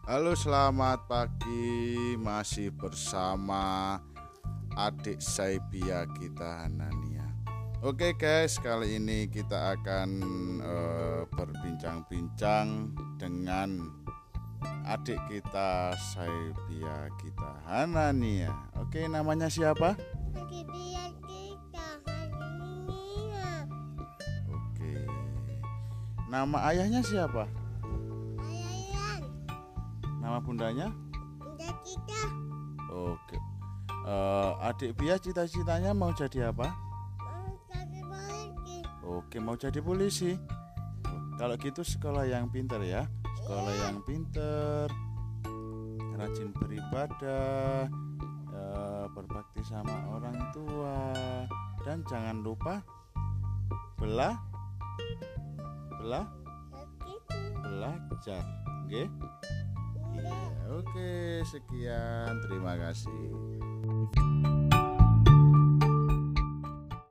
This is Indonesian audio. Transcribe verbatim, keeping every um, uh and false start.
Halo, selamat pagi. Masih bersama adik Saibia kita, Hanania. Oke guys, kali ini kita akan uh, berbincang-bincang dengan adik kita Saibia kita, Hanania. Oke, namanya siapa? Saibia kita, Hanania. Oke. Nama ayahnya siapa? Nama bundanya? Bunda kita. Oke. Uh, adik Bia cita-citanya mau jadi apa? Mau jadi polisi. Oke, mau jadi polisi. Kalau gitu sekolah yang pinter ya. Sekolah yang pinter, rajin beribadah, uh, berbakti sama orang tua, dan jangan lupa bela bela belajar. Oke? Iya, oke, sekian, terima kasih.